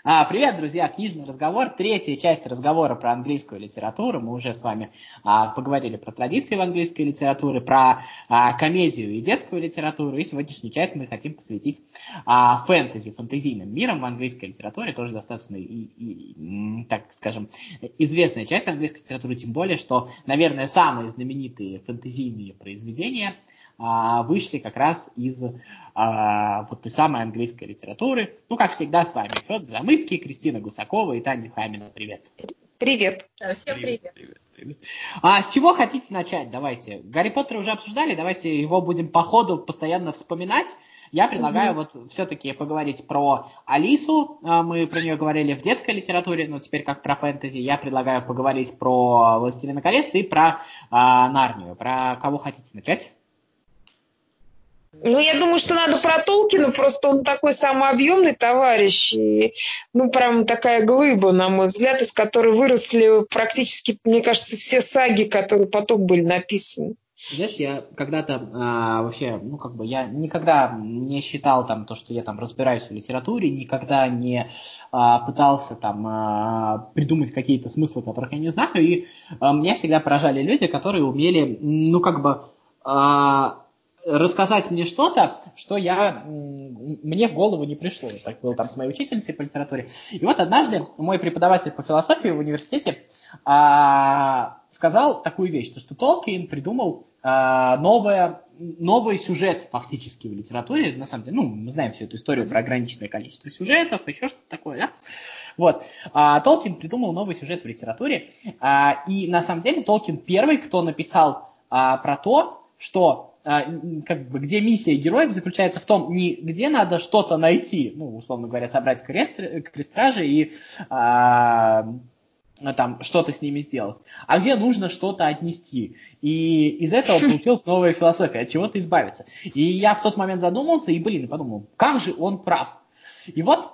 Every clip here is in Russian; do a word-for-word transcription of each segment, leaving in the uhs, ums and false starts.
А, привет, друзья! Книжный разговор. Третья часть разговора про английскую литературу. Мы уже с вами а, поговорили про традиции в английской литературе, про а, комедию и детскую литературу. И сегодняшнюю часть мы хотим посвятить а, фэнтези, фэнтезийным мирам в английской литературе. Тоже достаточно, и, и, так скажем, известная часть английской литературы. Тем более, что, наверное, самые знаменитые фэнтезийные произведения вышли как раз из а, вот той самой английской литературы. Ну, как всегда, с вами Федор Замыцкий, Кристина Гусакова и Таня Хамина. Привет. Привет. Всем привет. Привет, привет, привет. А с чего хотите начать? Давайте. Гарри Поттера уже обсуждали, давайте его будем по ходу постоянно вспоминать. Я предлагаю mm-hmm. вот все-таки поговорить про Алису. Мы про нее говорили в детской литературе, но теперь как про фэнтези. Я предлагаю поговорить про «Властелина колец» и про а, Нарнию. Про кого хотите начать? Ну, я думаю, что надо про Толкина, просто он такой самообъемный товарищ, и, ну, прям такая глыба, на мой взгляд, из которой выросли практически, мне кажется, все саги, которые потом были написаны. Знаешь, я когда-то а, вообще, ну, как бы, я никогда не считал там то, что я там разбираюсь в литературе, никогда не а, пытался там а, придумать какие-то смыслы, которых я не знаю, и а, меня всегда поражали люди, которые умели, ну, как бы... А, рассказать мне что-то, что я, мне в голову не пришло. Так было там с моей учительницей по литературе. И вот однажды мой преподаватель по философии в университете а, сказал такую вещь, что Толкин придумал а, новое, новый сюжет фактически в литературе. На самом деле, ну, мы знаем всю эту историю про ограниченное количество сюжетов, еще что-то такое, да? Вот. А, Толкин придумал новый сюжет в литературе. А, и на самом деле Толкин первый, кто написал а, про то, что как бы, где миссия героев заключается в том, не где надо что-то найти, ну, условно говоря, собрать крест, крестражи и а, там что-то с ними сделать, а где нужно что-то отнести. И из этого получилась новая философия, от чего-то избавиться. И я в тот момент задумался и, блин, подумал, как же он прав. И вот,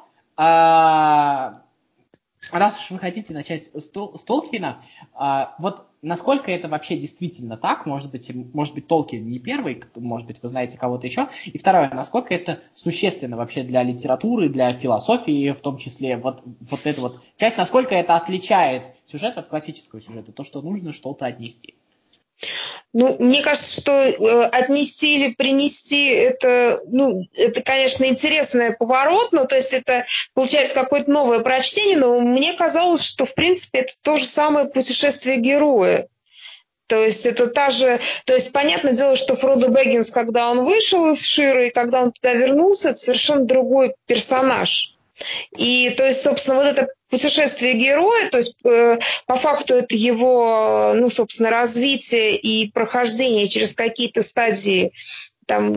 а, раз уж вы хотите начать с Толкина, а, вот насколько это вообще действительно так, может быть, может быть, Толкин не первый, может быть, вы знаете кого-то еще. И второе, насколько это существенно вообще для литературы, для философии, в том числе, вот, вот эта вот часть, насколько это отличает сюжет от классического сюжета, то, что нужно что-то отнести. Ну, мне кажется, что э, отнести или принести, это, ну, это, конечно, интересный поворот, ну, то есть это получается какое-то новое прочтение, но мне казалось, что, в принципе, это то же самое путешествие героя. То есть это та же... То есть понятное дело, что Фродо Бэггинс, когда он вышел из Шира и когда он туда вернулся, это совершенно другой персонаж. И, то есть, собственно, вот это путешествие героя, то есть, э, по факту это его, ну, собственно, развитие и прохождение через какие-то стадии, там,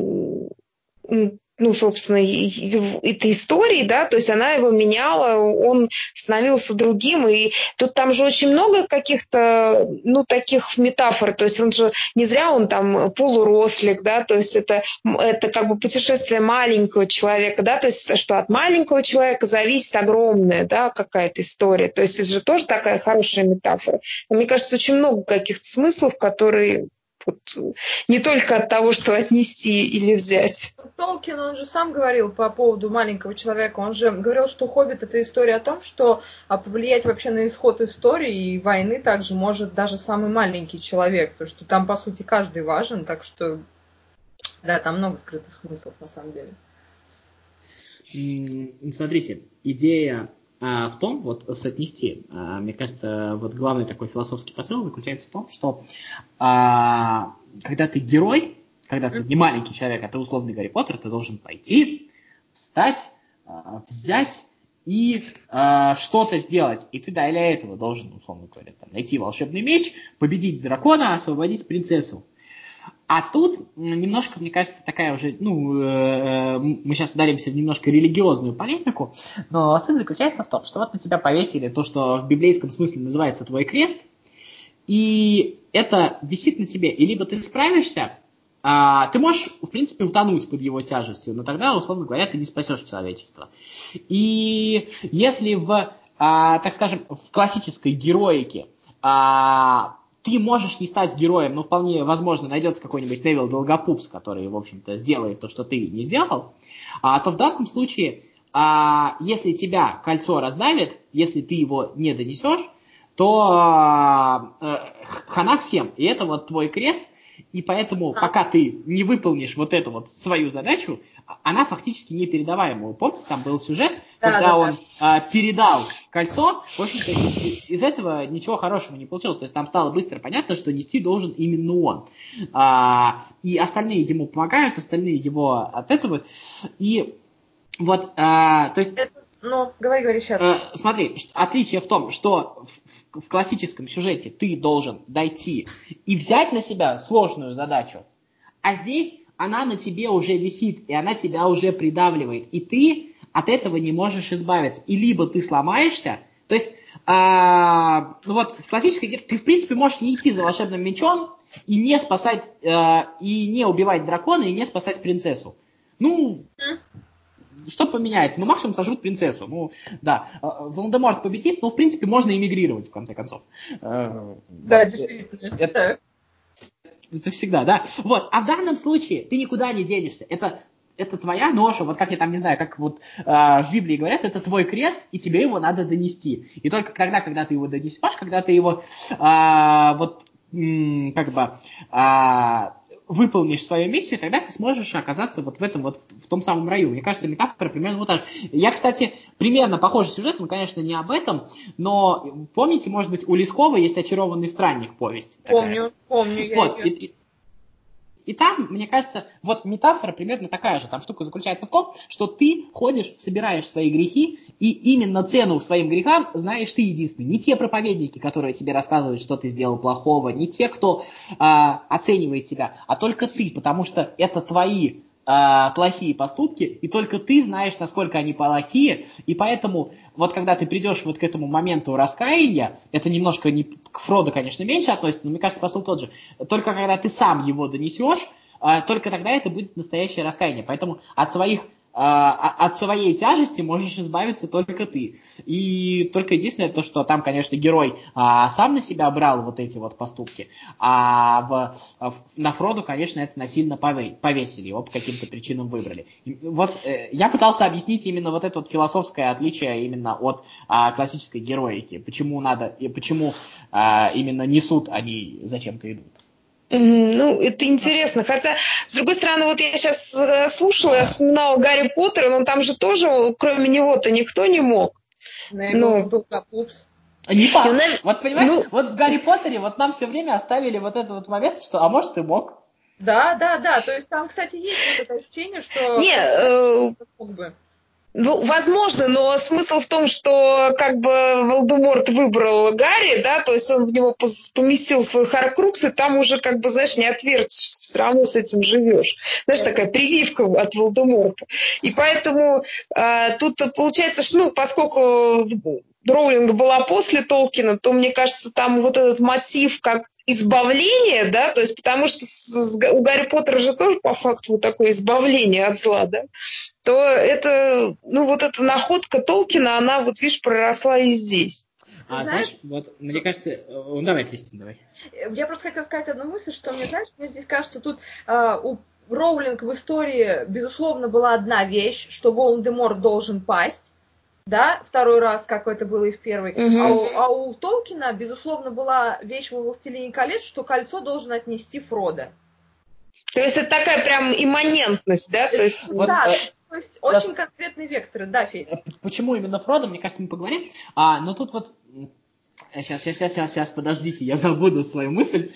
ну, собственно, этой истории, да, то есть она его меняла, он становился другим, и тут там же очень много каких-то, ну, таких метафор, то есть он же, не зря он там полурослик, да, то есть это, это как бы путешествие маленького человека, да, то есть что от маленького человека зависит огромная, да, какая-то история, то есть это же тоже такая хорошая метафора. Мне кажется, очень много каких-то смыслов, которые... Вот, не только от того, что отнести или взять. Толкин, он же сам говорил по поводу маленького человека, он же говорил, что «Хоббит» — это история о том, что повлиять вообще на исход истории и войны также может даже самый маленький человек, то что там, по сути, каждый важен, так что, да, там много скрытых смыслов на самом деле. Смотрите, идея в том, вот соотнести, мне кажется, вот главный такой философский посыл заключается в том, что а, когда ты герой, когда ты не маленький человек, а ты условный Гарри Поттер, ты должен пойти, встать, а, взять и а, что-то сделать. И ты для этого должен, условно говоря, там, найти волшебный меч, победить дракона, освободить принцессу. А тут немножко, мне кажется, такая уже, ну, э, мы сейчас ударимся в немножко религиозную полемику, но суть заключается в том, что вот на тебя повесили то, что в библейском смысле называется твой крест, и это висит на тебе, и либо ты справишься, а, ты можешь, в принципе, утонуть под его тяжестью, но тогда, условно говоря, ты не спасешь человечество. И если в, а, так скажем, в классической героике а, ты можешь не стать героем, но вполне возможно найдется какой-нибудь Невил Долгопупс, который, в общем-то, сделает то, что ты не сделал, а, то в данном случае а, если тебя кольцо раздавит, если ты его не донесешь, то а, а, хана всем. И это вот твой крест. И поэтому, пока ты не выполнишь вот эту вот свою задачу, она фактически непередаваемая. Помните, там был сюжет, да, когда да, он да. А, передал кольцо, в общем-то, из, из этого ничего хорошего не получилось. То есть там стало быстро понятно, что нести должен именно он. А, и остальные ему помогают, остальные его от этого. И вот, а, то есть... Ну, говори, говори сейчас. Э, смотри, отличие в том, что в, в классическом сюжете ты должен дойти и взять на себя сложную задачу, а здесь она на тебе уже висит, и она тебя уже придавливает, и ты от этого не можешь избавиться. И либо ты сломаешься, то есть, э, ну вот в классической игре ты, в принципе, можешь не идти за волшебным мечом и не спасать, э, и не убивать дракона, и не спасать принцессу. Ну... Что поменяется? Ну, максимум сожрут принцессу. Ну, да. Волан-де-Морт победит, но, в принципе, можно эмигрировать, в конце концов. Да, да. Действительно. Это, это всегда, да. Вот. А в данном случае ты никуда не денешься. Это, это твоя ноша. Вот как я там, не знаю, как вот э, в Библии говорят, это твой крест, и тебе его надо донести. И только тогда, когда ты его донесешь, когда ты его э, вот м, как бы... Э, выполнишь свою миссию, тогда ты сможешь оказаться вот в этом вот, в том самом раю. Мне кажется, метафора примерно вот так же. Я, кстати, примерно похожий сюжет, но, конечно, не об этом, но помните, может быть, у Лескова есть «Очарованный странник» повесть? Помню, такая. помню. Вот, я и, и, и там, мне кажется, вот метафора примерно такая же. Там штука заключается в том, что ты ходишь, собираешь свои грехи, и именно цену своим грехам знаешь ты единственный. Не те проповедники, которые тебе рассказывают, что ты сделал плохого, не те, кто а, оценивает тебя, а только ты, потому что это твои а, плохие поступки, и только ты знаешь, насколько они плохие, и поэтому вот когда ты придешь вот к этому моменту раскаяния, это немножко не, к Фродо, конечно, меньше относится, но мне кажется, посыл тот же, только когда ты сам его донесешь, а, только тогда это будет настоящее раскаяние. Поэтому от своих от своей тяжести можешь избавиться только ты. И только единственное то, что там, конечно, герой а, сам на себя брал вот эти вот поступки, а в, в, на Фроду, конечно, это насильно повесили, его по каким-то причинам выбрали. И вот э, я пытался объяснить именно вот это вот философское отличие именно от а, классической героики. Почему надо, и почему а, именно несут они зачем-то идут. Ну, это интересно. Хотя, с другой стороны, вот я сейчас слушала, я вспоминала Гарри Поттера, но там же тоже, кроме него-то, никто не мог. Ну, Долгопупс. Не факт. Он, вот понимаешь, ну, вот в Гарри Поттере вот нам все время оставили вот этот вот момент, что, а может, и мог. Да, да, да. То есть там, кстати, есть вот это ощущение, что... Не, э... мог бы. Ну, возможно, но смысл в том, что как бы Волдеморт выбрал Гарри, да, то есть он в него поместил свой Хоркрукс, и там уже, как бы, знаешь, не отвертишься, все равно с этим живешь. Знаешь, такая прививка от Волдеморта. И поэтому э, тут получается, что, ну, поскольку Роулинг была после Толкина, то, мне кажется, там вот этот мотив как избавление, да, то есть потому что с, у Гарри Поттера же тоже по факту вот такое избавление от зла, да, то это, ну, вот эта находка Толкина, она, вот видишь, проросла и здесь. А, знаешь, знаешь, вот, мне кажется... Ну, давай, Кристина, давай. Я просто хотела сказать одну мысль, что мне, знаешь, мне здесь кажется, что тут э, у Роулинг в истории, безусловно, была одна вещь, что Волан-де-Морт должен пасть, да, второй раз, как это было и в первой. Mm-hmm. А, у, а у Толкина, безусловно, была вещь во «Властелине колец», что кольцо должен отнести Фродо. То есть это такая прям имманентность, да? То есть, вот, да, э, то есть сейчас, очень конкретные векторы, да, Федь? Почему именно Фродо, мне кажется, мы поговорим. А, но тут вот... Сейчас, сейчас, сейчас, сейчас, сейчас, подождите, я забуду свою мысль,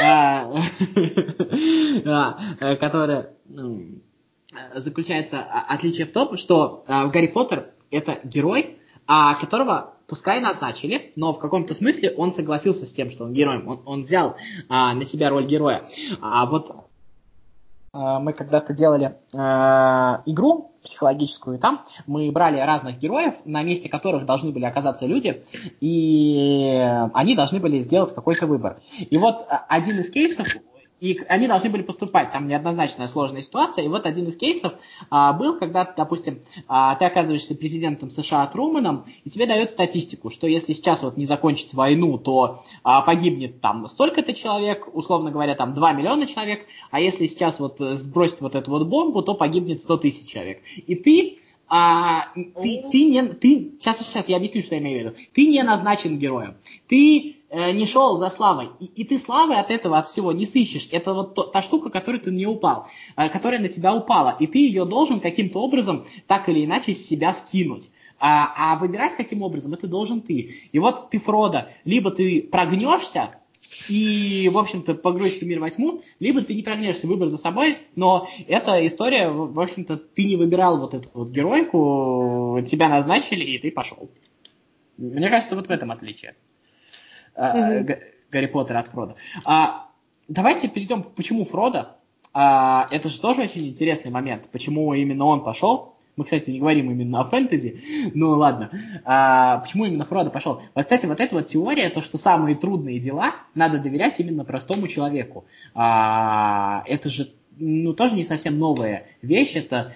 которая заключается отличие в том, что Гарри Поттер — это герой, которого пускай назначили, но в каком-то смысле он согласился с тем, что он героем, он, он взял а, на себя роль героя. А вот а, мы когда-то делали а, игру психологическую, и там мы брали разных героев, на месте которых должны были оказаться люди, и они должны были сделать какой-то выбор. И вот один из кейсов, и они должны были поступать, там неоднозначная сложная ситуация, и вот один из кейсов а, был, когда, допустим, а, ты оказываешься президентом США Труманом, и тебе дают статистику, что если сейчас вот не закончить войну, то а, погибнет там столько-то человек, условно говоря, там два миллиона человек, а если сейчас вот сбросить вот эту вот бомбу, то погибнет сто тысяч человек. И ты А, ты, ты не, ты, сейчас, сейчас я объясню, что я имею в виду. Ты не назначен героем. Ты э, не шел за славой. И, и ты славы от этого, от всего не сыщешь. Это вот то, та штука, которой ты не упал, э, которая на тебя упала. И ты ее должен каким-то образом, так или иначе, с себя скинуть. А, а выбирать каким образом, это должен ты. И вот ты, Фродо, либо ты прогнешься, и, в общем-то, погрузится в мир во тьму, либо ты не прогнешься, выбор за собой, но эта история, в общем-то, ты не выбирал вот эту вот геройку, тебя назначили, и ты пошел. Мне кажется, вот в этом отличие mm-hmm. Гарри Поттера от Фродо. А, давайте перейдем, почему Фродо. А, это же тоже очень интересный момент, почему именно он пошел. Мы, кстати, не говорим именно о фэнтези, ну ладно. А, почему именно Фродо пошел? Вот, кстати, вот эта вот теория, то, что самые трудные дела надо доверять именно простому человеку. А, это же, ну, тоже не совсем новая вещь. Это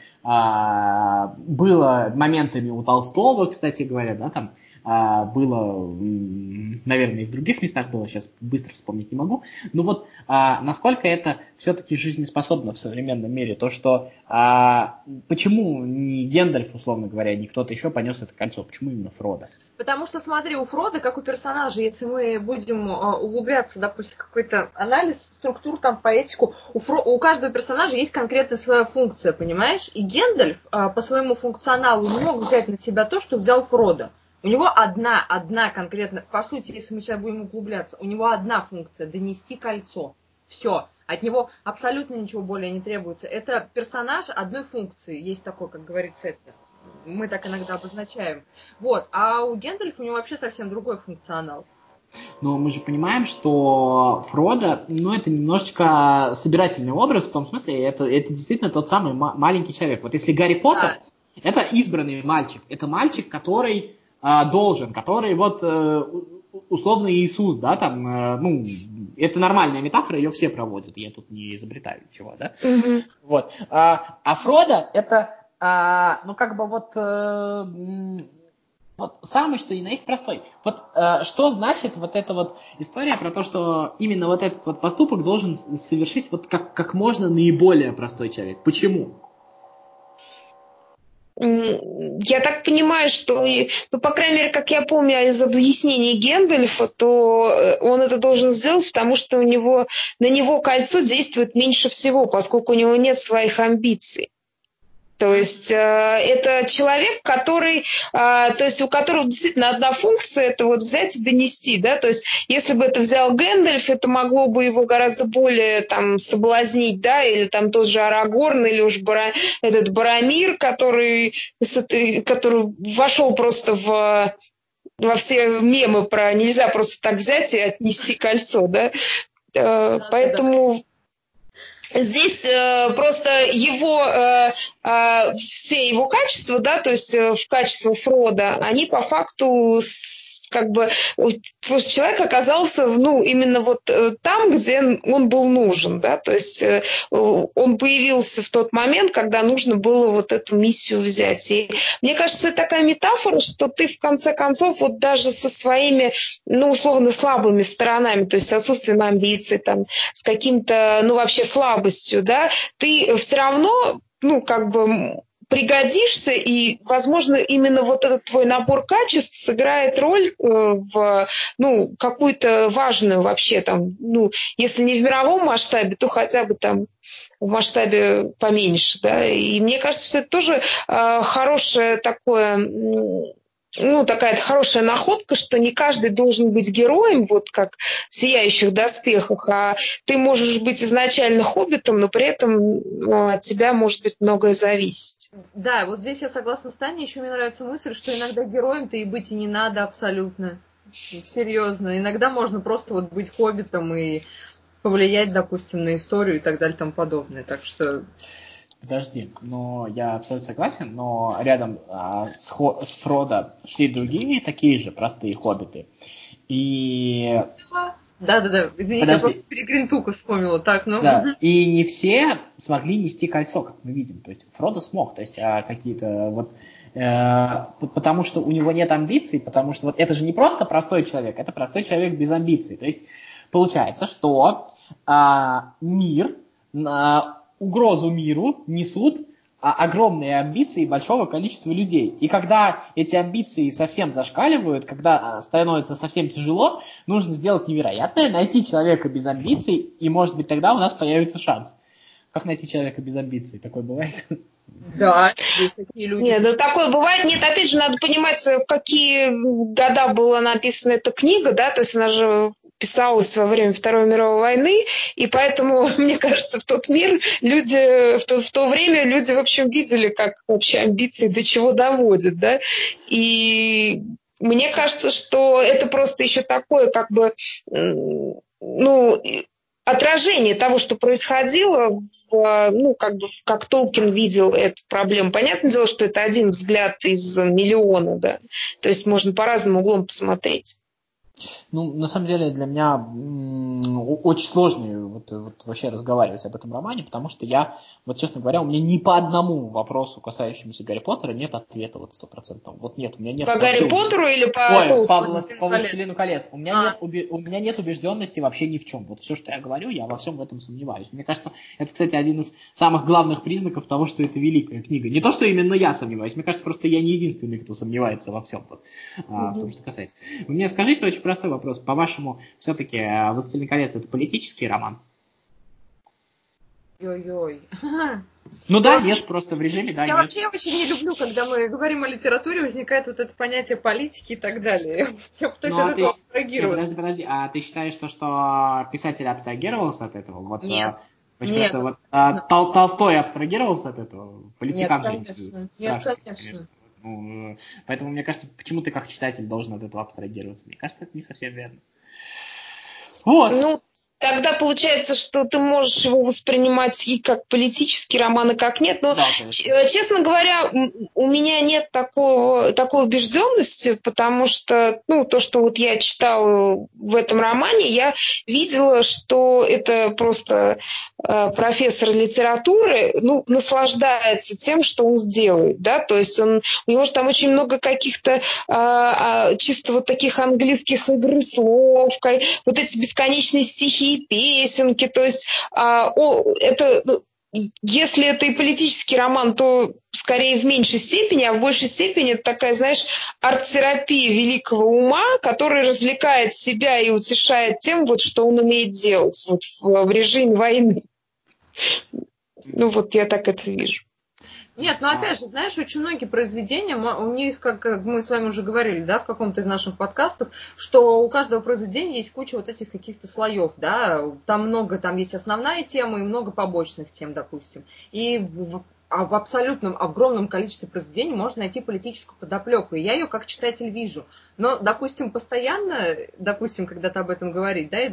а, было моментами у Толстого, кстати говоря, да, там а, было, наверное, и в других местах было, сейчас быстро вспомнить не могу. Но вот а, насколько это все-таки жизнеспособно в современном мире, то, что а, почему не Гендальф, условно говоря, не кто-то еще понес это кольцо, почему именно Фродо? Потому что, смотри, у Фродо, как у персонажа, если мы будем углубляться, допустим, в какой-то анализ структур, там, поэтику, у, Фро... у каждого персонажа есть конкретная своя функция, понимаешь? И Гендальф по своему функционалу не мог взять на себя то, что взял Фродо. У него одна, одна конкретно, по сути, если мы сейчас будем углубляться, у него одна функция – донести кольцо. Все. От него абсолютно ничего более не требуется. Это персонаж одной функции. Есть такой, как говорится, это. Мы так иногда обозначаем. Вот. А у Гендальфа у него вообще совсем другой функционал. Но мы же понимаем, что Фродо, ну, это немножечко собирательный образ, в том смысле, это, это действительно тот самый ма- маленький человек. Вот если Гарри Поттер, да. Это избранный мальчик. Это мальчик, который а, должен, который вот э, условно Иисус, да, там, э, ну, это нормальная метафора, ее все проводят, я тут не изобретаю ничего, да. Mm-hmm. Вот. А, а Фродо это, а, ну, как бы вот... Э, Вот самый, что ни на есть, простой. Вот э, что значит вот эта вот история про то, что именно вот этот вот поступок должен совершить вот как, как можно наиболее простой человек? Почему? Я так понимаю, что, ну, по крайней мере, как я помню из объяснений Гендальфа, то он это должен сделать, потому что у него, на него кольцо действует меньше всего, поскольку у него нет своих амбиций. То есть э, это человек, который, э, то есть у которого действительно одна функция, это вот взять и донести, да, то есть если бы это взял Гэндальф, это могло бы его гораздо более там соблазнить, да, или там тот же Арагорн, или уж Бара, этот Барамир, который, который вошел просто в, во все мемы про нельзя просто так взять и отнести кольцо, да, э, поэтому... Здесь э, просто его, э, э, все его качества, да, то есть э, в качестве Фродо, они по факту с, как бы просто человек оказался, ну, именно вот э, там, где он был нужен, да, то есть э, он появился в тот момент, когда нужно было вот эту миссию взять. И мне кажется, это такая метафора, что ты в конце концов вот даже со своими, ну, условно, слабыми сторонами, то есть отсутствием амбиций, там, с каким-то, ну, вообще слабостью, да, ты все равно, ну, как бы пригодишься, и, возможно, именно вот этот твой набор качеств сыграет роль в, ну, какую-то важную вообще там, ну, если не в мировом масштабе, то хотя бы там в масштабе поменьше, да, и мне кажется, что это тоже э, хорошее такое... ну, такая хорошая находка, что не каждый должен быть героем, вот как в «Сияющих доспехах», а ты можешь быть изначально хоббитом, но при этом ну, от тебя может быть многое зависеть. Да, вот здесь я согласна с Таней, еще мне нравится мысль, что иногда героем-то и быть и не надо абсолютно. Серьезно. Иногда можно просто вот быть хоббитом и повлиять, допустим, на историю и так далее и тому подобное. Так что... Подожди, но я абсолютно согласен, но рядом а, с, Хо, с Фродо шли другие такие же простые хоббиты. И... Да-да-да, извините, Подожди. Я просто Перегринтука вспомнила. Так, ну... Да, угу. И не все смогли нести кольцо, как мы видим. То есть Фродо смог, то есть а какие-то вот... Э, потому что у него нет амбиций, потому что вот это же не просто простой человек, это простой человек без амбиций. То есть получается, что а, мир... А, угрозу миру несут а, огромные амбиции большого количества людей. И когда эти амбиции совсем зашкаливают, когда становится совсем тяжело, нужно сделать невероятное, найти человека без амбиций, и, может быть, тогда у нас появится шанс. Как найти человека без амбиций? Такое бывает? Да, есть такие люди. Нет, да такое бывает. Нет, опять же, надо понимать, в какие года была написана эта книга, да, то есть она же писалась во время Второй мировой войны, и поэтому, мне кажется, в тот мир люди, в то, в то время люди, в общем, видели, как вообще амбиции до чего доводят, да, и мне кажется, что это просто еще такое, как бы, ну, отражение того, что происходило, ну, как бы, как Толкин видел эту проблему. Понятное дело, что это один взгляд из миллиона, да, то есть можно по разным углам посмотреть. Ну, на самом деле, для меня м- очень сложно вот, вот вообще разговаривать об этом романе, потому что я, вот честно говоря, у меня ни по одному вопросу, касающемуся Гарри Поттера, нет ответа вот сто процентов. Вот нет, у меня нет... По Гарри вообще... Поттеру или по Ой, Толкину? по, власт... по «Властелину колец». У меня, А. нет уби... у меня нет убежденности вообще ни в чем. Вот все, что я говорю, я во всем в этом сомневаюсь. Мне кажется, это, кстати, один из самых главных признаков того, что это великая книга. Не то, что именно я сомневаюсь, мне кажется, просто я не единственный, кто сомневается во всем, вот, а, в том, что касается. Вы мне скажите очень простой вопрос. По-вашему, все-таки «Властелин колец» — это политический роман? Ой-ой. Ну да, нет, просто в режиме да, Я нет. вообще очень не люблю, когда мы говорим о литературе, возникает вот это понятие политики и так далее. Я пытаюсь Ну, от а ты... этого Нет, абстрагироваться. подожди, подожди. А ты считаешь, что, что писатель абстрагировался от этого? Вот, Нет. очень Нет. просто, вот, а, Тол- Толстой абстрагировался от этого? Политикан Нет, же конечно. страшный, Нет, конечно. Ну, поэтому, мне кажется, почему ты как читатель должен от этого абстрагироваться? Мне кажется, это не совсем верно. Вот. Ну, тогда получается, что ты можешь его воспринимать и как политический роман, и как нет. Но, Да, честно говоря, у меня нет такого, такой убежденности, потому что, ну, то, что вот я читала в этом романе, я видела, что это просто э, профессор литературы, ну, наслаждается тем, что он сделает, да, то есть он, у него же там очень много каких-то э, чисто вот таких английских игр слов, вот эти бесконечные стихи и песенки, то есть а, о, это, ну, если это и политический роман, то скорее в меньшей степени, а в большей степени это такая, знаешь, арт-терапия великого ума, который развлекает себя и утешает тем, вот, что он умеет делать вот, в, в режиме войны. Ну вот я так это вижу. Нет, но опять же, знаешь, очень многие произведения, у них, как мы с вами уже говорили, да, в каком-то из наших подкастов, что у каждого произведения есть куча вот этих каких-то слоев, да, там много, там есть основная тема и много побочных тем, допустим. И в, а в абсолютном огромном количестве произведений можно найти политическую подоплеку, и я ее как читатель вижу. Но, допустим, постоянно, допустим, когда-то об этом говорить, да, и,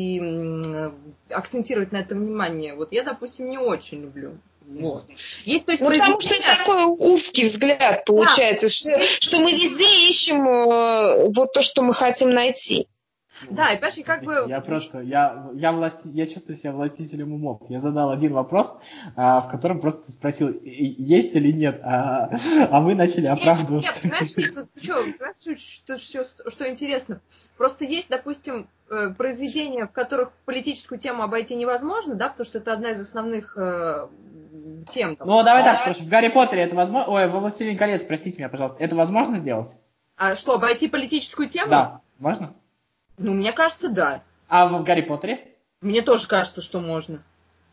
и акцентировать на это внимание, вот я, допустим, не очень люблю. Вот. Есть, то есть, ну, потому что это такой узкий взгляд получается, да. что, что мы везде ищем э, вот то, что мы хотим найти. Да, и понимаешь, как бы... Я просто, я, я, власти, я чувствую себя властителем умов. Я задал один вопрос, а, в котором просто спросил, есть или нет, а, а вы начали оправдываться. Нет, нет, понимаешь, что, понимаешь, что, что, что интересно? Просто есть, допустим, произведения, в которых политическую тему обойти невозможно, да, потому что это одна из основных э, тем. Там. Ну, давай так спросим. В Гарри Поттере это возможно... Ой, во «Властелине колец», простите меня, пожалуйста. Это возможно сделать? А что, обойти политическую тему? Да. Можно? Ну, мне кажется, да. А в Гарри Поттере? Мне тоже кажется, что можно.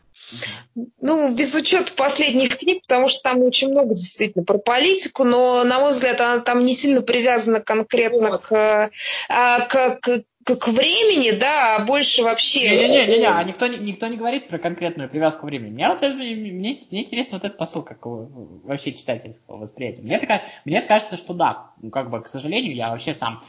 Ну, без учета последних книг, потому что там очень много действительно про политику, но, на мой взгляд, она там не сильно привязана конкретно вот. к, а, к, к, к времени, да, а больше вообще... Не-не-не, а никто, никто не говорит про конкретную привязку времени. Мне, вот, мне, мне интересно вот этот посыл, как вообще читательского восприятия. Мне, такая, мне кажется, что да, ну, как бы, к сожалению, я вообще сам,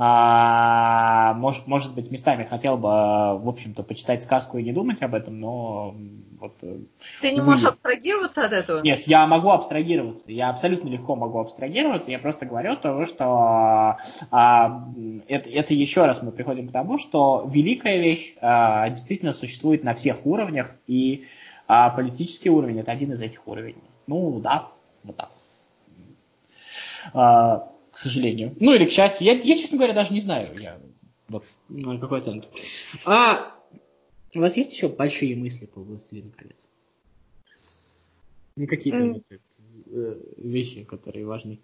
а, может, может быть, местами хотел бы, в общем-то, почитать сказку и не думать об этом, но вот... Ты не увы. можешь абстрагироваться от этого? Нет, я могу абстрагироваться, я абсолютно легко могу абстрагироваться, я просто говорю того, что а, это, это еще раз мы приходим к тому, что великая вещь а, действительно существует на всех уровнях, и а, политический уровень — это один из этих уровней. Ну да, вот так. А, к сожалению. Ну или к счастью. Я, я, честно говоря, даже не знаю, я, вот, какой оценки. А у вас есть еще большие мысли по «Властелину колец»? Ну, какие-то mm. вот, э, вещи, которые важны.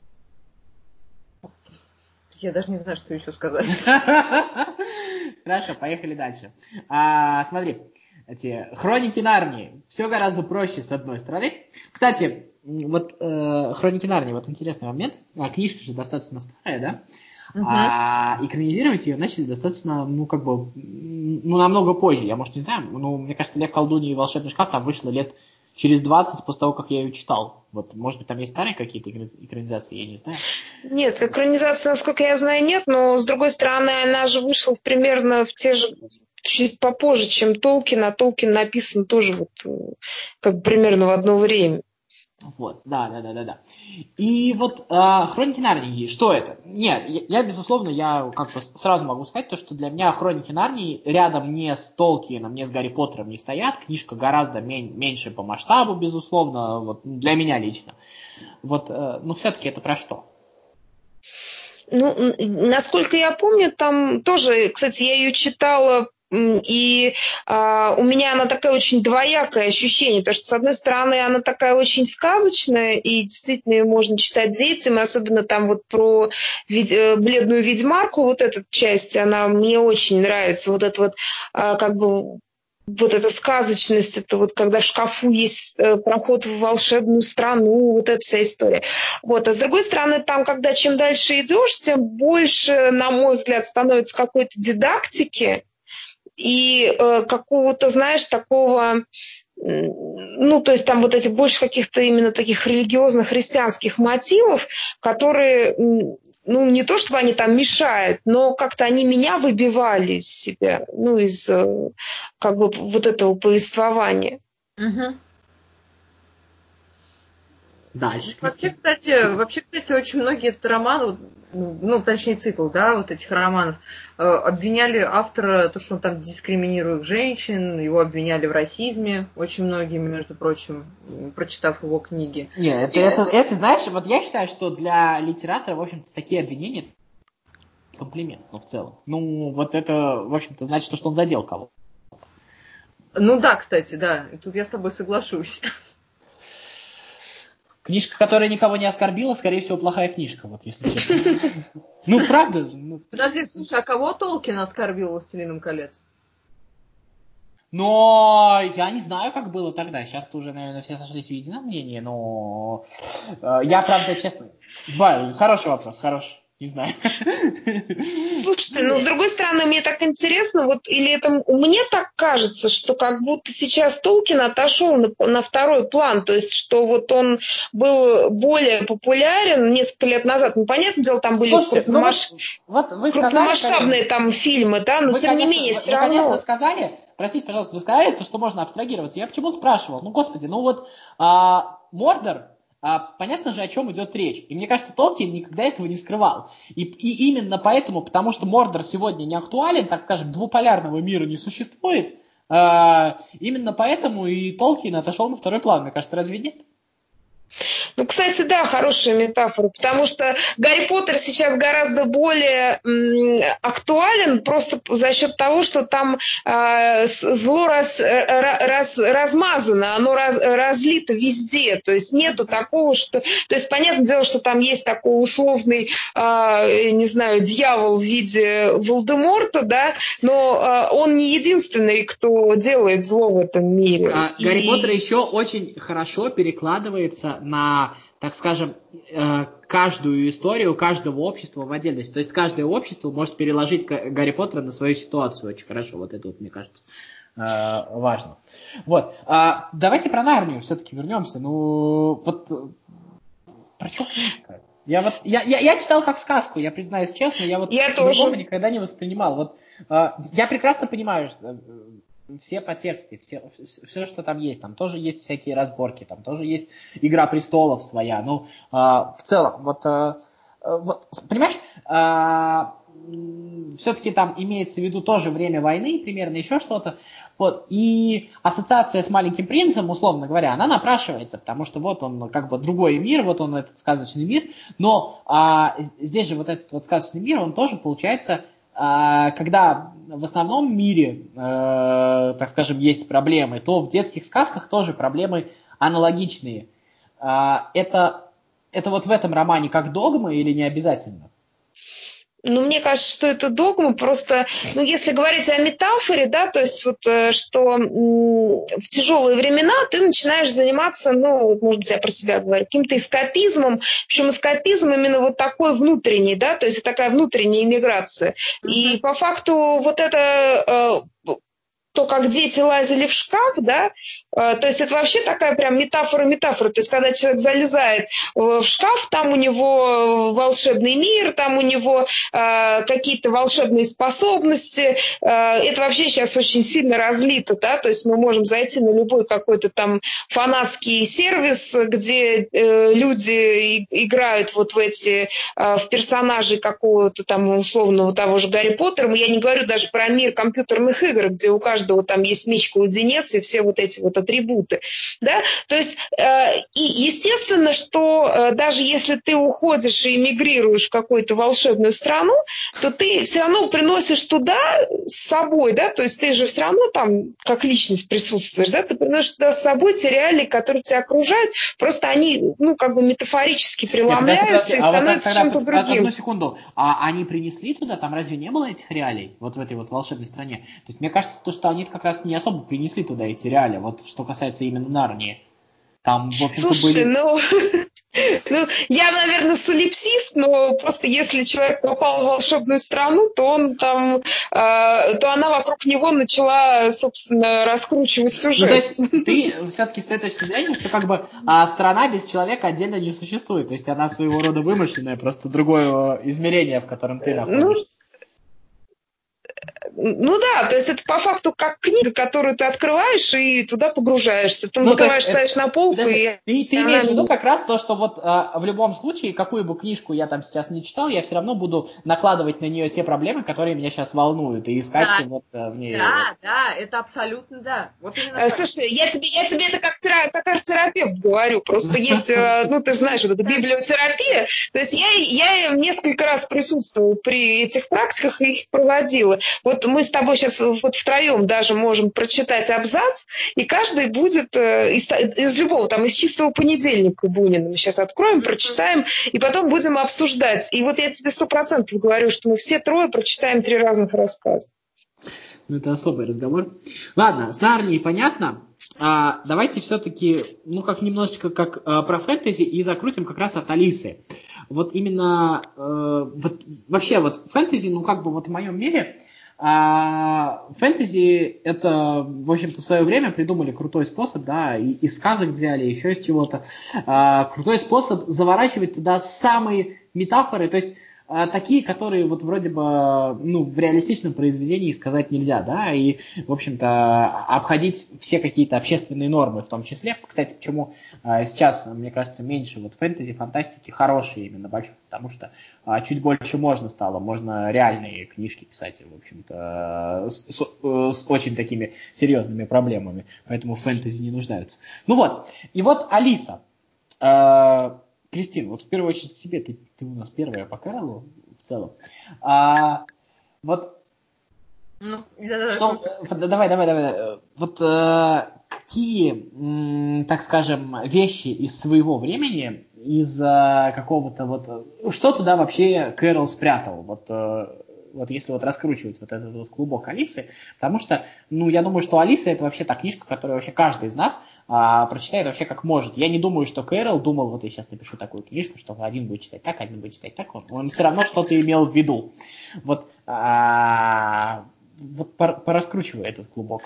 Я даже не знаю, что еще сказать. Хорошо, поехали дальше. А, смотри, эти Хроники Нарнии. Все гораздо проще, с одной стороны. Кстати, вот э, Хроники Нарнии, вот интересный момент. А, книжка же достаточно старая, да? Uh-huh. А экранизировать ее начали достаточно, ну, как бы, ну, намного позже. Я, может, не знаю, ну, мне кажется, «Лев, колдунья и волшебный шкаф» там вышло лет через двадцать после того, как я ее читал. Вот, может быть, там есть старые какие-то экранизации, я не знаю. Нет, экранизации, насколько я знаю, нет, но, с другой стороны, она же вышла примерно в те же, чуть попозже, чем Толкин, а Толкин написан тоже вот, как бы примерно в одно время. Вот, да, да, да, да, да. И вот э, Хроники Нарнии, что это? Нет, я, я, безусловно, я как бы сразу могу сказать, то, что для меня Хроники Нарнии рядом не с Толкином, не с Гарри Поттером не стоят. Книжка гораздо мень, меньше по масштабу, безусловно, вот, для меня лично. Вот, э, ну, все-таки это про что? Ну, насколько я помню, там тоже, кстати, я ее читала, и а, у меня она такая очень двоякое ощущение, потому что, с одной стороны, она такая очень сказочная, и действительно ее можно читать детям, особенно там вот про ведь, бледную ведьмарку, вот эта часть, она мне очень нравится, вот это вот а, как бы... Вот эта сказочность, это вот когда в шкафу есть проход в волшебную страну, вот эта вся история. Вот. А с другой стороны, там, когда чем дальше идешь, тем больше, на мой взгляд, становится какой-то дидактики и э, какого-то, знаешь, такого... Ну, то есть там вот эти больше каких-то именно таких религиозных христианских мотивов, которые... Ну, не то, чтобы они там мешают, но как-то они меня выбивали из себя, ну, из как бы вот этого повествования. Угу. Дальше. Вообще, кстати, вообще, кстати, очень многие этот роман, ну, точнее, цикл, да, вот этих романов, обвиняли автора, то, что он там дискриминирует женщин, его обвиняли в расизме, очень многие, между прочим, прочитав его книги. Нет, это, это, это, знаешь, вот я считаю, что для литератора, в общем-то, такие обвинения комплимент, ну, в целом. Ну, вот это, в общем-то, значит, что он задел кого-то. Ну да, кстати, да, тут я с тобой соглашусь. Книжка, которая никого не оскорбила, скорее всего, плохая книжка, вот если честно. Ну, правда. Подожди, слушай, а кого Толкин оскорбил «Властелином колец»? Но я не знаю, как было тогда. Сейчас-то уже, наверное, все сошлись в едином мнении, но я, правда, честно... Хороший вопрос, хороший. Не знаю. Слушайте, ну, с другой стороны, мне так интересно, вот, или это мне так кажется, что как будто сейчас Толкин отошел на, на второй план, то есть, что вот он был более популярен несколько лет назад. Ну, понятное дело, там были Слушайте, крупномасш... ну вот, вот вы крупномасштабные сказали, там фильмы, да, но вы, тем конечно, не менее, вы, все вы, равно... конечно, сказали, простите, пожалуйста, вы сказали, то, что можно абстрагироваться. Я почему спрашивал? Ну, господи, ну вот а, Мордор, А, понятно же, о чем идет речь. И мне кажется, Толкин никогда этого не скрывал. И, и именно поэтому, потому что Мордор сегодня не актуален, так скажем, двуполярного мира не существует, а, именно поэтому и Толкин отошел на второй план. Мне кажется, разве нет? Ну, кстати, да, хорошая метафора, потому что Гарри Поттер сейчас гораздо более м, актуален просто за счет того, что там э, зло раз, раз, размазано, оно раз, разлито везде, то есть нету такого, что... То есть понятное дело, что там есть такой условный, э, не знаю, дьявол в виде Волдеморта, да, но э, он не единственный, кто делает зло в этом мире. А, И... Гарри Поттер еще очень хорошо перекладывается на, так скажем, каждую историю каждого общества в отдельность. То есть каждое общество может переложить Гарри Поттера на свою ситуацию очень хорошо. Вот это вот, мне кажется, важно. Вот. Давайте про Нарнию все-таки вернемся. Ну, вот про что книжка? Я, вот, я, я, я читал как сказку, я признаюсь честно, я вот я по-другому тоже. никогда не воспринимал. Вот, я прекрасно понимаю, все подтексты, все, все, что там есть, там тоже есть всякие разборки, там тоже есть «Игра престолов» своя, ну, э, в целом, вот, э, вот понимаешь, э, все-таки там имеется в виду тоже время войны, примерно еще что-то, вот, и ассоциация с «Маленьким принцем», условно говоря, она напрашивается, потому что вот он как бы другой мир, вот он этот сказочный мир, но э, здесь же вот этот вот сказочный мир, он тоже получается... Когда в основном мире, э, так скажем, есть проблемы, то в детских сказках тоже проблемы аналогичные. А, это, это вот в этом романе как догма или не обязательно? Ну, мне кажется, что это догма, просто, ну, если говорить о метафоре, да, то есть вот, что м, в тяжелые времена ты начинаешь заниматься, ну, вот, может быть, я про себя говорю, каким-то эскапизмом, причем эскапизм именно вот такой внутренний, да, то есть такая внутренняя иммиграция. Uh-huh. И по факту вот это... Э, то, как дети лазили в шкаф, да, то есть это вообще такая прям метафора-метафора. То есть когда человек залезает в шкаф, там у него волшебный мир, там у него э, какие-то волшебные способности. Э, это вообще сейчас очень сильно разлито, да, то есть мы можем зайти на любой какой-то там фанатский сервис, где э, люди играют вот в эти, э, в персонажей какого-то там условного того же Гарри Поттера. Я не говорю даже про мир компьютерных игр, где у каждого там есть меч-кладенец и все вот эти вот атрибуты, да, то есть э, и естественно, что э, даже если ты уходишь и эмигрируешь в какую-то волшебную страну, то ты все равно приносишь туда с собой, да, то есть ты же все равно там как личность присутствуешь, да, ты приносишь туда с собой те реалии, которые тебя окружают, просто они, ну, как бы метафорически преломляются и а становятся вот чем-то тогда, другим. Одну секунду, а они принесли туда, там разве не было этих реалий, вот в этой вот волшебной стране? То есть мне кажется, то, что они как раз не особо принесли туда эти реалии, вот что касается именно Нарнии. Там, в общем-то, Слушай, были... ну, ну, я, наверное, солипсист, но просто если человек попал в волшебную страну, то он там, э, то она вокруг него начала, собственно, раскручивать сюжет. Ну, то есть ты все-таки с той точки зрения, что как бы а, страна без человека отдельно не существует, то есть она своего рода вымышленная, просто другое измерение, в котором ты находишься. Ну да, то есть это по факту как книга, которую ты открываешь и туда погружаешься. Потом ну, закрываешь, есть, ставишь это, на полку. Подожди, И ты, ты она... имеешь в виду как раз то, что вот а, в любом случае, какую бы книжку я там сейчас не читал, я все равно буду накладывать на нее те проблемы, которые меня сейчас волнуют, и искать да. вот в ней... Да, да, это абсолютно да. Вот именно а, слушай, я тебе, я тебе это как, терапевт, как арт-терапевт говорю. Просто есть, ну ты знаешь, вот эта библиотерапия. То есть я, я несколько раз присутствовала при этих практиках и их проводила. Вот мы с тобой сейчас вот втроем даже можем прочитать абзац, и каждый будет из, из любого, там, из чистого понедельника Бунина мы сейчас откроем, прочитаем, и потом будем обсуждать. И вот я тебе сто процентов говорю, что мы все трое прочитаем три разных рассказа. Ну, это особый разговор. Ладно, с Нарнией понятно. А, давайте все-таки, ну, как немножечко как а, про фэнтези и закрутим как раз от Алисы. Вот именно, э, вот, вообще вот фэнтези, ну, как бы вот в моем мире, а, фэнтези это, в общем-то, в свое время придумали крутой способ, да, и из сказок взяли, еще из чего-то. А, крутой способ заворачивать туда самые метафоры, то есть такие, которые вот вроде бы, ну, в реалистичном произведении сказать нельзя, да, и, в общем-то, обходить все какие-то общественные нормы в том числе. Кстати, почему а, сейчас, мне кажется, меньше вот фэнтези, фантастики, хорошие именно большие, потому что а, чуть больше можно стало, можно реальные книжки писать, в общем-то, с, с, с очень такими серьезными проблемами, поэтому фэнтези не нуждаются. Ну вот, и вот Алиса. А, Кристина, вот в первую очередь к тебе, ты, ты у нас первая по Карлу в целом. А, вот, ну, да, что, да, давай, давай, давай. Вот э, какие, м, так скажем, вещи из своего времени, из э, какого-то вот, что туда вообще Кэрол спрятал? Вот, э, вот если вот раскручивать вот этот вот клубок Алисы, потому что, ну, я думаю, что Алиса это вообще та книжка, которую вообще каждый из нас а, прочитает вообще как может. Я не думаю, что Кэрол думал, вот я сейчас напишу такую книжку, что один будет читать так, один будет читать так. Он, он все равно что-то имел в виду. Вот, а, вот пораскручивай этот клубок.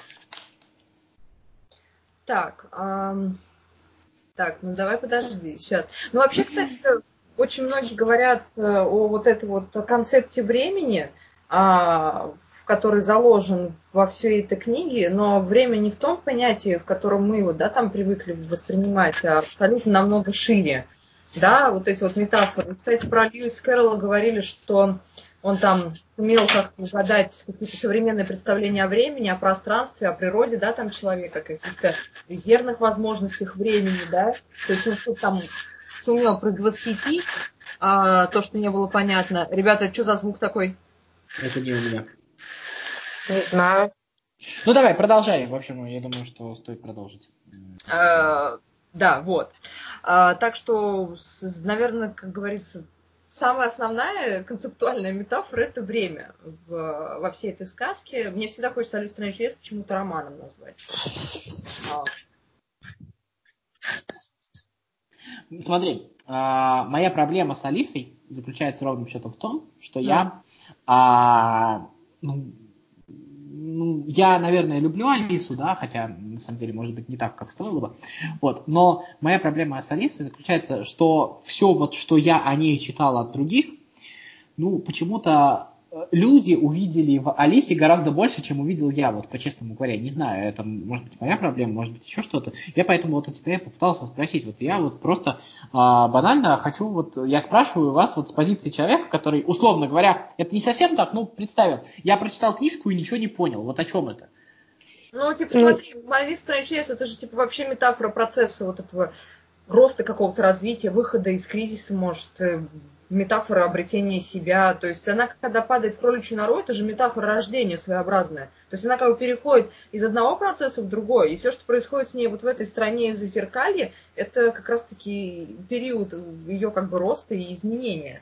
Так, эм, так, ну давай подожди, сейчас. Ну вообще, кстати, очень многие говорят о вот этой вот концепте времени, а, который заложен во всей этой книге, но время не в том понятии, в котором мы его, да, там привыкли воспринимать, а абсолютно намного шире. Да, вот эти вот метафоры. Кстати, про Льюиса Кэрролла говорили, что он, он там умел как-то угадать какие-то современные представления о времени, о пространстве, о природе, да, там человека, каких-то резервных возможностях времени, да. То есть он что-то там сумел предвосхитить а, то, что не было понятно. Ребята, что за звук такой? Это не у меня. Не знаю. Ну давай, продолжай. В общем, я думаю, что стоит продолжить. А, Да, вот. А, так что, наверное, как говорится, самая основная концептуальная метафора – это время в, во всей этой сказке. Мне всегда хочется «Алису в стране чудес» почему-то романом назвать. Смотри, а, моя проблема с Алисой заключается ровным счетом в том, что Да. я, а, ну, ну, я, наверное, люблю Алису, да, хотя, на самом деле, может быть, не так, как стоило бы, вот, но моя проблема с Алисой заключается, что все вот, что я о ней читал от других, ну, почему-то люди увидели в Алисе гораздо больше, чем увидел я, вот по-честному говоря. Не знаю, это может быть моя проблема, может быть еще что-то. Я поэтому вот у тебя попытался спросить. Вот я вот просто а, банально хочу, вот я спрашиваю вас вот с позиции человека, который, условно говоря, это не совсем так, ну, представим, я прочитал книжку и ничего не понял. Вот о чем это? Ну, типа, смотри, «Алиса в стране чудес» это же, типа, вообще метафора процесса вот этого роста какого-то развития, выхода из кризиса, может, метафора обретения себя. То есть она, когда падает в кроличью нору, это же метафора рождения своеобразная. То есть она как бы переходит из одного процесса в другой. И все, что происходит с ней вот в этой стране в зазеркалье, это как раз-таки период ее как бы роста и изменения.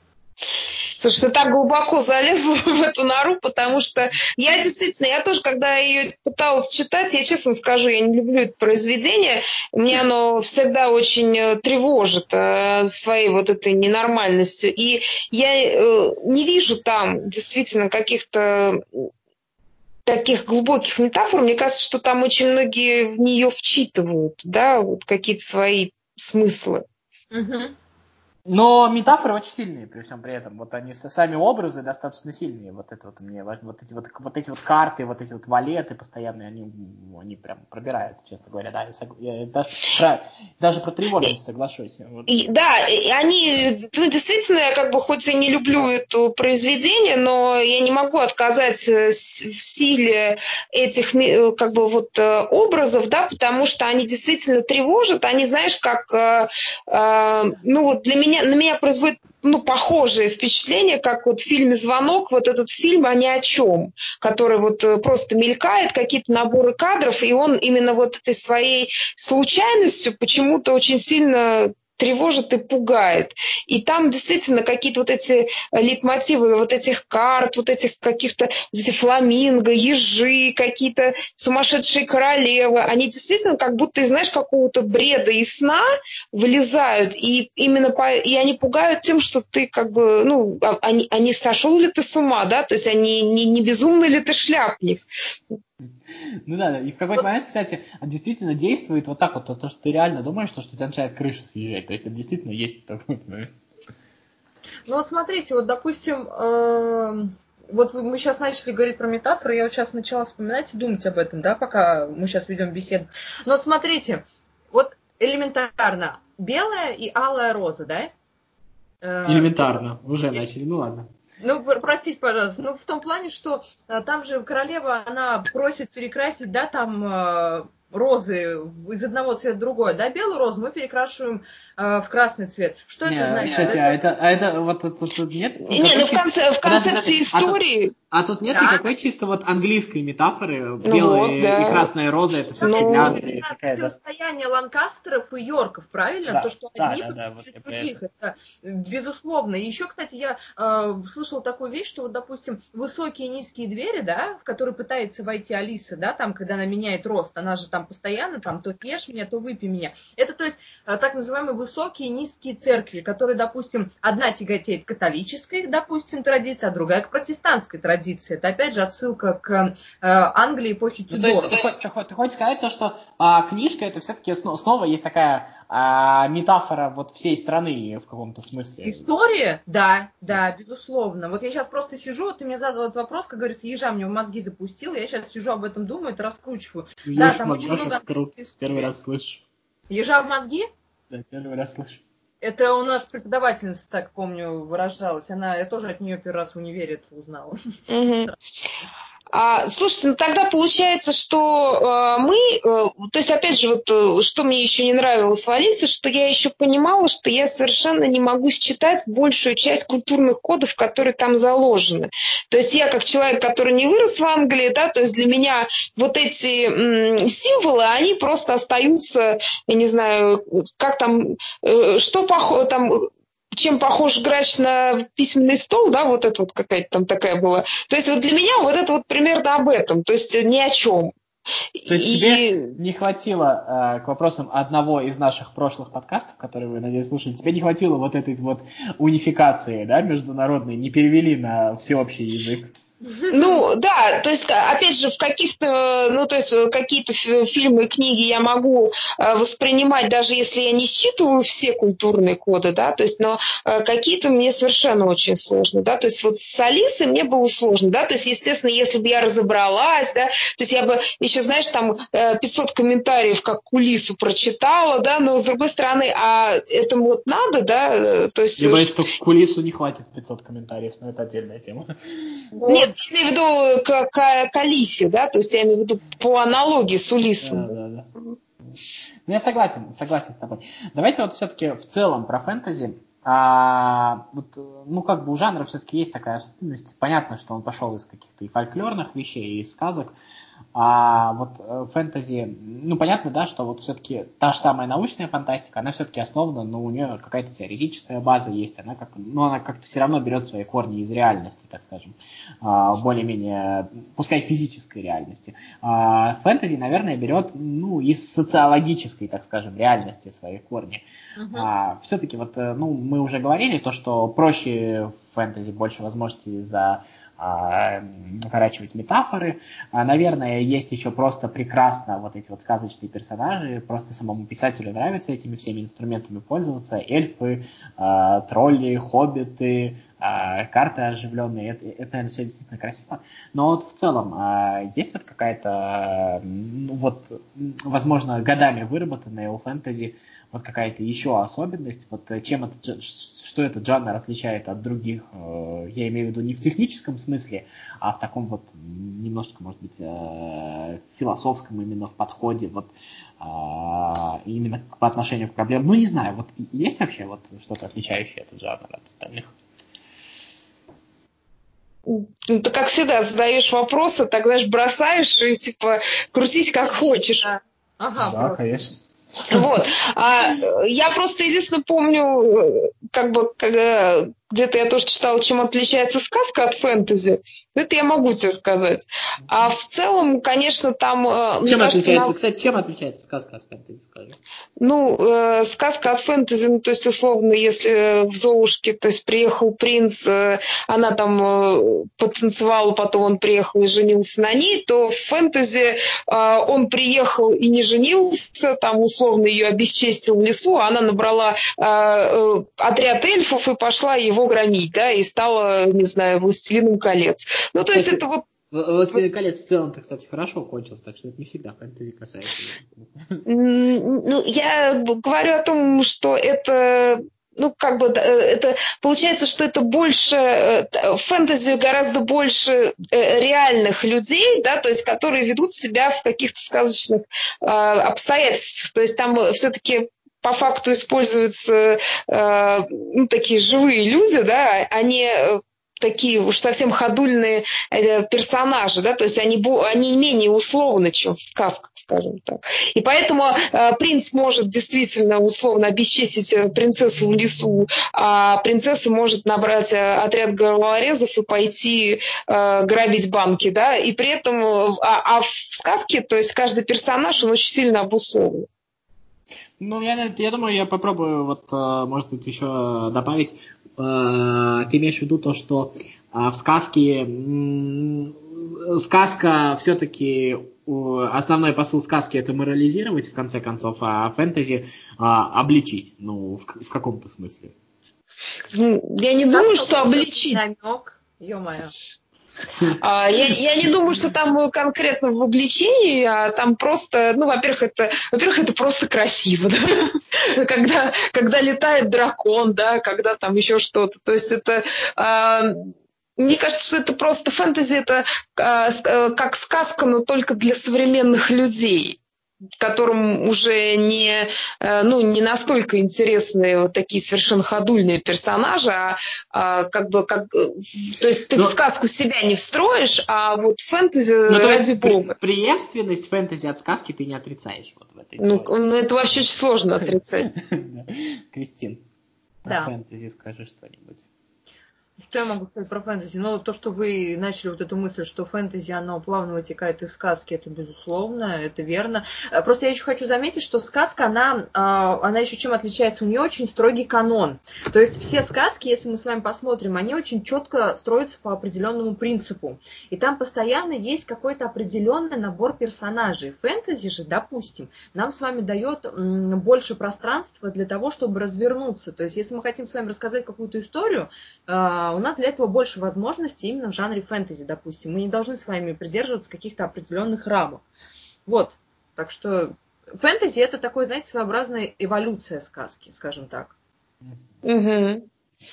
Слушай, ты так глубоко залезла в эту нору, потому что я действительно, я тоже, когда ее пыталась читать, я честно скажу, я не люблю это произведение, мне оно всегда очень тревожит своей вот этой ненормальностью, и я не вижу там действительно каких-то таких глубоких метафор. Мне кажется, что там очень многие в нее вчитывают, да, вот какие-то свои смыслы. Угу. Но метафоры очень сильные при всем при этом. Вот они сами образы достаточно сильные. Вот это вот мне вот эти вот, вот эти вот карты, вот эти вот валеты постоянные, они, они прям пробирают, честно говоря. Да, я сог... я даже, про, даже про тревожность соглашусь. Вот. И, да, и они, ну, действительно, я как бы хоть и не люблю это произведение, но я не могу отказать в силе этих как бы вот образов, да, потому что они действительно тревожат, они, знаешь, как, э, ну вот для меня, на меня производит ну, похожее впечатление, как вот в фильме «Звонок», вот этот фильм «А ни о чем», который вот просто мелькает, какие-то наборы кадров, и он именно вот этой своей случайностью почему-то очень сильно тревожит и пугает. И там действительно какие-то вот эти лейтмотивы вот этих карт, вот этих каких-то вот эти фламинго, ежи, какие-то сумасшедшие королевы, они действительно как будто из, знаешь, какого-то бреда и сна вылезают, и именно по... и они пугают тем, что ты как бы, ну, они, они сошел ли ты с ума, да, то есть они не, не безумный ли ты шляпник. Ну да, и в какой-то момент, кстати, действительно действует вот так вот, то, что ты реально думаешь, что, что у тебя начинает крыша съезжать. То есть это действительно есть такой момент. Ну вот смотрите, вот допустим, э, вот мы сейчас начали говорить про метафоры, я вот сейчас начала вспоминать и думать об этом, да, пока мы сейчас ведем беседу. Но вот смотрите, вот элементарно, белая и алая роза, да? Элементарно, э, уже начали, ну ладно. Ну, простите, пожалуйста, ну в том плане, что а, там же королева, она просит перекрасить, да, там а, розы из одного цвета в другой, да, белую розу мы перекрашиваем а, в красный цвет. Что не, это значит? Кстати, это... а это, а это вот тут, тут нет? Не, ну в, конце, в концепции подожди, истории... А тут, а тут нет да. никакой чисто вот английской метафоры, ну белые вот, да. и красные розы, это все-таки ну, для Англии. Это такая, противостояние да. Ланкастеров и Йорков, правильно? Да, То, что да, одни да, да, вот других, это. это безусловно. И еще, кстати, я э, слышала такую вещь, что вот, допустим, высокие и низкие двери, да, в которые пытается войти Алиса, да, там, когда она меняет рост, она же там постоянно, там, то съешь меня, то выпей меня. Это, то есть, э, так называемые высокие и низкие церкви, которые, допустим, одна тяготеет к католической, допустим, традиции, а другая к протестантской традиции. Это, опять же, отсылка к э, Англии эпохи Тюдоров. Ну, то есть, ты, ты, ты хочешь сказать то, что а, книжка это все-таки снова, снова есть такая а, метафора вот всей страны в каком-то смысле? История? Да, да, безусловно. Вот я сейчас просто сижу, вот ты мне задал этот вопрос, как говорится, ежа мне в мозги запустил, я сейчас сижу об этом думаю, это раскручиваю. Ну, да, там очень много... Круто, первый раз слышу. Ежа в мозги? Да, первый раз слышу. Это у нас преподавательница, так помню, выражалась. Она, я тоже от нее первый раз в универе это узнала. Угу. А, слушайте, ну тогда получается, что э, мы, э, то есть, опять же, вот э, что мне еще не нравилось в Алисе, что я еще понимала, что я совершенно не могу считать большую часть культурных кодов, которые там заложены. То есть я как человек, который не вырос в Англии, да, то есть для меня вот эти м, символы, они просто остаются, я не знаю, как там, э, что похоже, там, чем похож грач на письменный стол, да, вот это вот какая-то там такая была. То есть вот для меня вот это вот примерно об этом, то есть ни о чем. То есть и... тебе не хватило, э, к вопросам одного из наших прошлых подкастов, которые вы, надеюсь, слушали, тебе не хватило вот этой вот унификации, да, международной, не перевели на всеобщий язык? Ну, да, то есть, опять же, в каких-то, ну, то есть, какие-то фильмы и книги я могу воспринимать, даже если я не считываю все культурные коды, да, то есть, но какие-то мне совершенно очень сложно, да, то есть, вот с Алисой мне было сложно, да, то есть, естественно, если бы я разобралась, да, то есть, я бы еще, знаешь, там пятьсот комментариев как кулису прочитала, да, но, с другой стороны, а этому вот надо, да, то есть... Я боюсь, что кулису не хватит пятьсот комментариев, но это отдельная тема. Нет, я имею в виду к, к, к Алисе, да, то есть я имею в виду по аналогии с Улиссом. Да, да, да. Ну, я согласен, согласен с тобой. Давайте вот все-таки в целом про фэнтези. А, вот, ну, как бы у жанра все-таки есть такая особенность. Понятно, что он пошел из каких-то и фольклорных вещей, и из сказок. А вот фэнтези, ну, понятно, да, что вот все-таки та же самая научная фантастика, она все-таки основана, но у нее какая-то теоретическая база есть, она как, ну, она как-то все равно берет свои корни из реальности, так скажем, более-менее, пускай физической реальности. А фэнтези, наверное, берет, ну, из социологической, так скажем, реальности свои корни. Uh-huh. А, все-таки вот, ну, мы уже говорили, то, что проще в фэнтези больше возможностей за наворачивать метафоры. Наверное, есть еще просто прекрасно вот эти вот сказочные персонажи, просто самому писателю нравится этими всеми инструментами пользоваться. Эльфы, тролли, хоббиты, карты оживленные. Это, это, наверное, все действительно красиво. Но вот в целом есть вот какая-то, ну, вот, возможно, годами выработанная у фэнтези вот какая-то еще особенность, вот чем это, что этот жанр отличает от других, я имею в виду не в техническом смысле, а в таком вот немножко, может быть, философском именно в подходе, вот именно по отношению к проблемам. Ну, не знаю, вот есть вообще вот что-то отличающее этот жанр от остальных? Ты, как всегда, задаешь вопросы, тогда же бросаешь и, типа, крутись как хочешь. Да, ага, да конечно. Вот. А я просто единственное помню, как бы, когда где-то я тоже читала, чем отличается сказка от фэнтези. Это я могу тебе сказать. А в целом, конечно, там... Чем кажется, отличается, нам... кстати, чем отличается сказка от фэнтези, скажи? Ну, э, сказка от фэнтези, ну, то есть, условно, если в Золушке, то есть, приехал принц, э, она там э, потанцевала, потом он приехал и женился на ней, то в фэнтези э, он приехал и не женился, там, условно, ее обесчестил в лесу, а она набрала э, э, отряд эльфов и пошла его громить, да, и стала, не знаю, властелином колец. Ну, то есть, это вот... «Властелин колец» в целом-то, кстати, хорошо кончился, так что это не всегда фэнтези касается. Ну, я говорю о том, что это... Ну, как бы, это получается, что это больше, фэнтези гораздо больше реальных людей, да, то есть, которые ведут себя в каких-то сказочных э, обстоятельствах. То есть, там все-таки по факту используются э, ну, такие живые люди, да, они... такие уж совсем ходульные э, персонажи, да, то есть они, они менее условны, чем в сказках, скажем так. И поэтому э, принц может действительно условно обесчестить принцессу в лесу, а принцесса может набрать отряд головорезов и пойти э, грабить банки, да, и при этом, а, а в сказке, то есть каждый персонаж, он очень сильно обусловлен. Ну, я, я думаю, я попробую, вот, может быть, еще добавить. Ты имеешь в виду то, что в сказке сказка все-таки основной посыл сказки это морализировать, в конце концов, а фэнтези обличить, ну, в, в каком-то смысле. Я не думаю, что обличить. Намек, ё-моё. Я, я не думаю, что там конкретно в обличении, а там просто, ну, во-первых, это, во-первых, это просто красиво, да? когда, когда летает дракон, да, когда там еще что-то. То есть это, Мне кажется, что это просто фэнтези, это как сказка, но только для современных людей, которым уже не, ну, не настолько интересны вот такие совершенно ходульные персонажи, а, а как бы как, то есть ты но, в сказку себя не встроишь, а вот фэнтези ну, ради бога. Преемственность фэнтези от сказки ты не отрицаешь вот в этой ну, ну, это вообще очень сложно отрицать. Кристин, про фэнтези скажи что-нибудь. Что я могу сказать про фэнтези? Ну, то, что вы начали вот эту мысль, что фэнтези, оно плавно вытекает из сказки, это безусловно, это верно. Просто я еще хочу заметить, что сказка, она, она еще чем отличается? У нее очень строгий канон. То есть все сказки, если мы с вами посмотрим, они очень четко строятся по определенному принципу. И там постоянно есть какой-то определенный набор персонажей. Фэнтези же, допустим, нам с вами дает больше пространства для того, чтобы развернуться. То есть если мы хотим с вами рассказать какую-то историю, у нас для этого больше возможностей именно в жанре фэнтези, допустим. Мы не должны с вами придерживаться каких-то определенных рамок. Вот. Так что фэнтези это такой, знаете, своеобразная эволюция сказки, скажем так. Угу.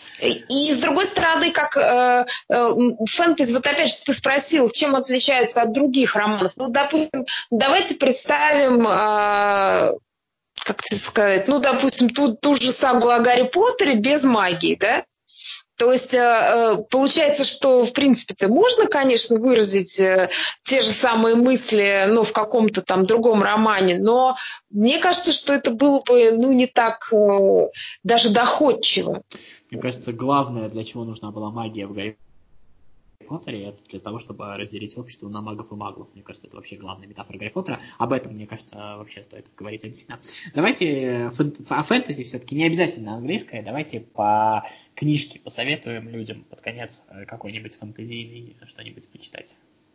И с другой стороны, как э, э, фэнтези, вот опять же ты спросил, чем отличается от других романов. Ну, допустим, давайте представим, э, как тебе сказать, ну, допустим, ту, ту же сагу о Гарри Поттере без магии, да? То есть получается, что, в принципе-то, можно, конечно, выразить те же самые мысли, ну, в каком-то там другом романе, но мне кажется, что это было бы, ну, не так даже доходчиво. Мне кажется, главное, для чего нужна была магия в Гарри Поттере, это для того, чтобы разделить общество на магов и маглов. Мне кажется, это вообще главная метафора Гарри Поттера. Об этом, мне кажется, вообще стоит говорить отдельно. Давайте о фэнтези все-таки не обязательно английское, давайте по книжке посоветуем людям под конец какой-нибудь фэнтезийный что-нибудь почитать.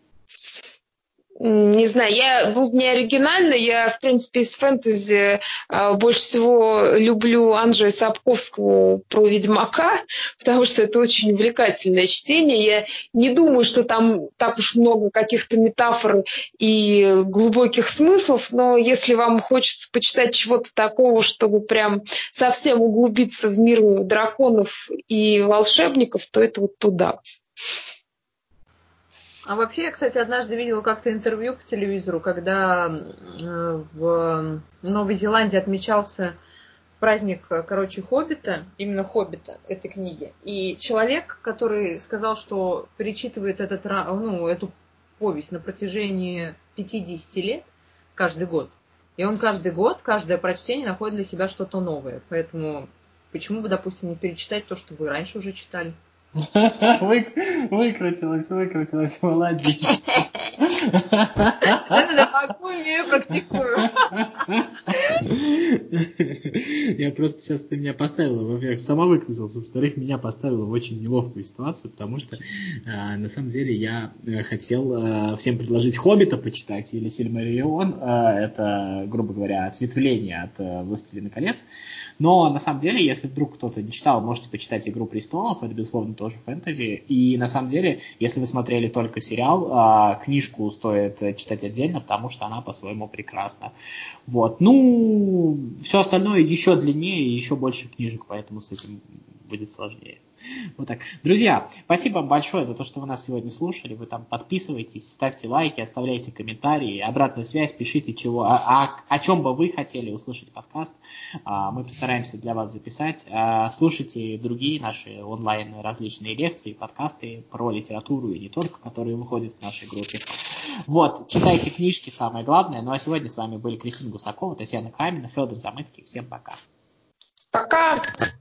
Не знаю, я был не оригинальный, я, в принципе, из фэнтези э, больше всего люблю Анджея Сапковского про Ведьмака, потому что это очень увлекательное чтение. Я не думаю, что там так уж много каких-то метафор и глубоких смыслов, но если вам хочется почитать чего-то такого, чтобы прям совсем углубиться в мир драконов и волшебников, то это вот туда. А вообще, я, кстати, однажды видела как-то интервью по телевизору, когда в Новой Зеландии отмечался праздник, короче, Хоббита, именно Хоббита, этой книги. И человек, который сказал, что перечитывает этот, ну, эту повесть на протяжении пятьдесят лет, каждый год. И он каждый год, каждое прочтение находит для себя что-то новое. Поэтому почему бы, допустим, не перечитать то, что вы раньше уже читали? Вы, выкрутилась, выкрутилась, молодец. Да-да-да, могу, умею, практикую. Я просто сейчас ты меня поставила, во-первых, сама выкрутился, во-вторых, меня поставила в очень неловкую ситуацию, потому что э, на самом деле я хотел э, всем предложить «Хоббита» почитать или «Сильмариллион». Э, это, грубо говоря, ответвление от э, «Властелина колец». Но на самом деле, если вдруг кто-то не читал, можете почитать «Игру престолов», это, безусловно, тоже фэнтези. И на самом деле, если вы смотрели только сериал, книжку стоит читать отдельно, потому что она по-своему прекрасна. Вот. Ну, все остальное еще длиннее и еще больше книжек, поэтому с этим будет сложнее. Вот так. Друзья, спасибо вам большое за то, что вы нас сегодня слушали. Вы там подписывайтесь, ставьте лайки, оставляйте комментарии, обратную связь, пишите, чего, о, о, о чем бы вы хотели услышать подкаст. Мы постараемся для вас записать. Слушайте другие наши онлайн различные лекции, подкасты про литературу и не только, которые выходят в нашей группе. Вот, читайте книжки, самое главное. Ну а сегодня с вами были Кристина Гусакова, Татьяна Камина, Федор Замыцкий. Всем пока. Пока.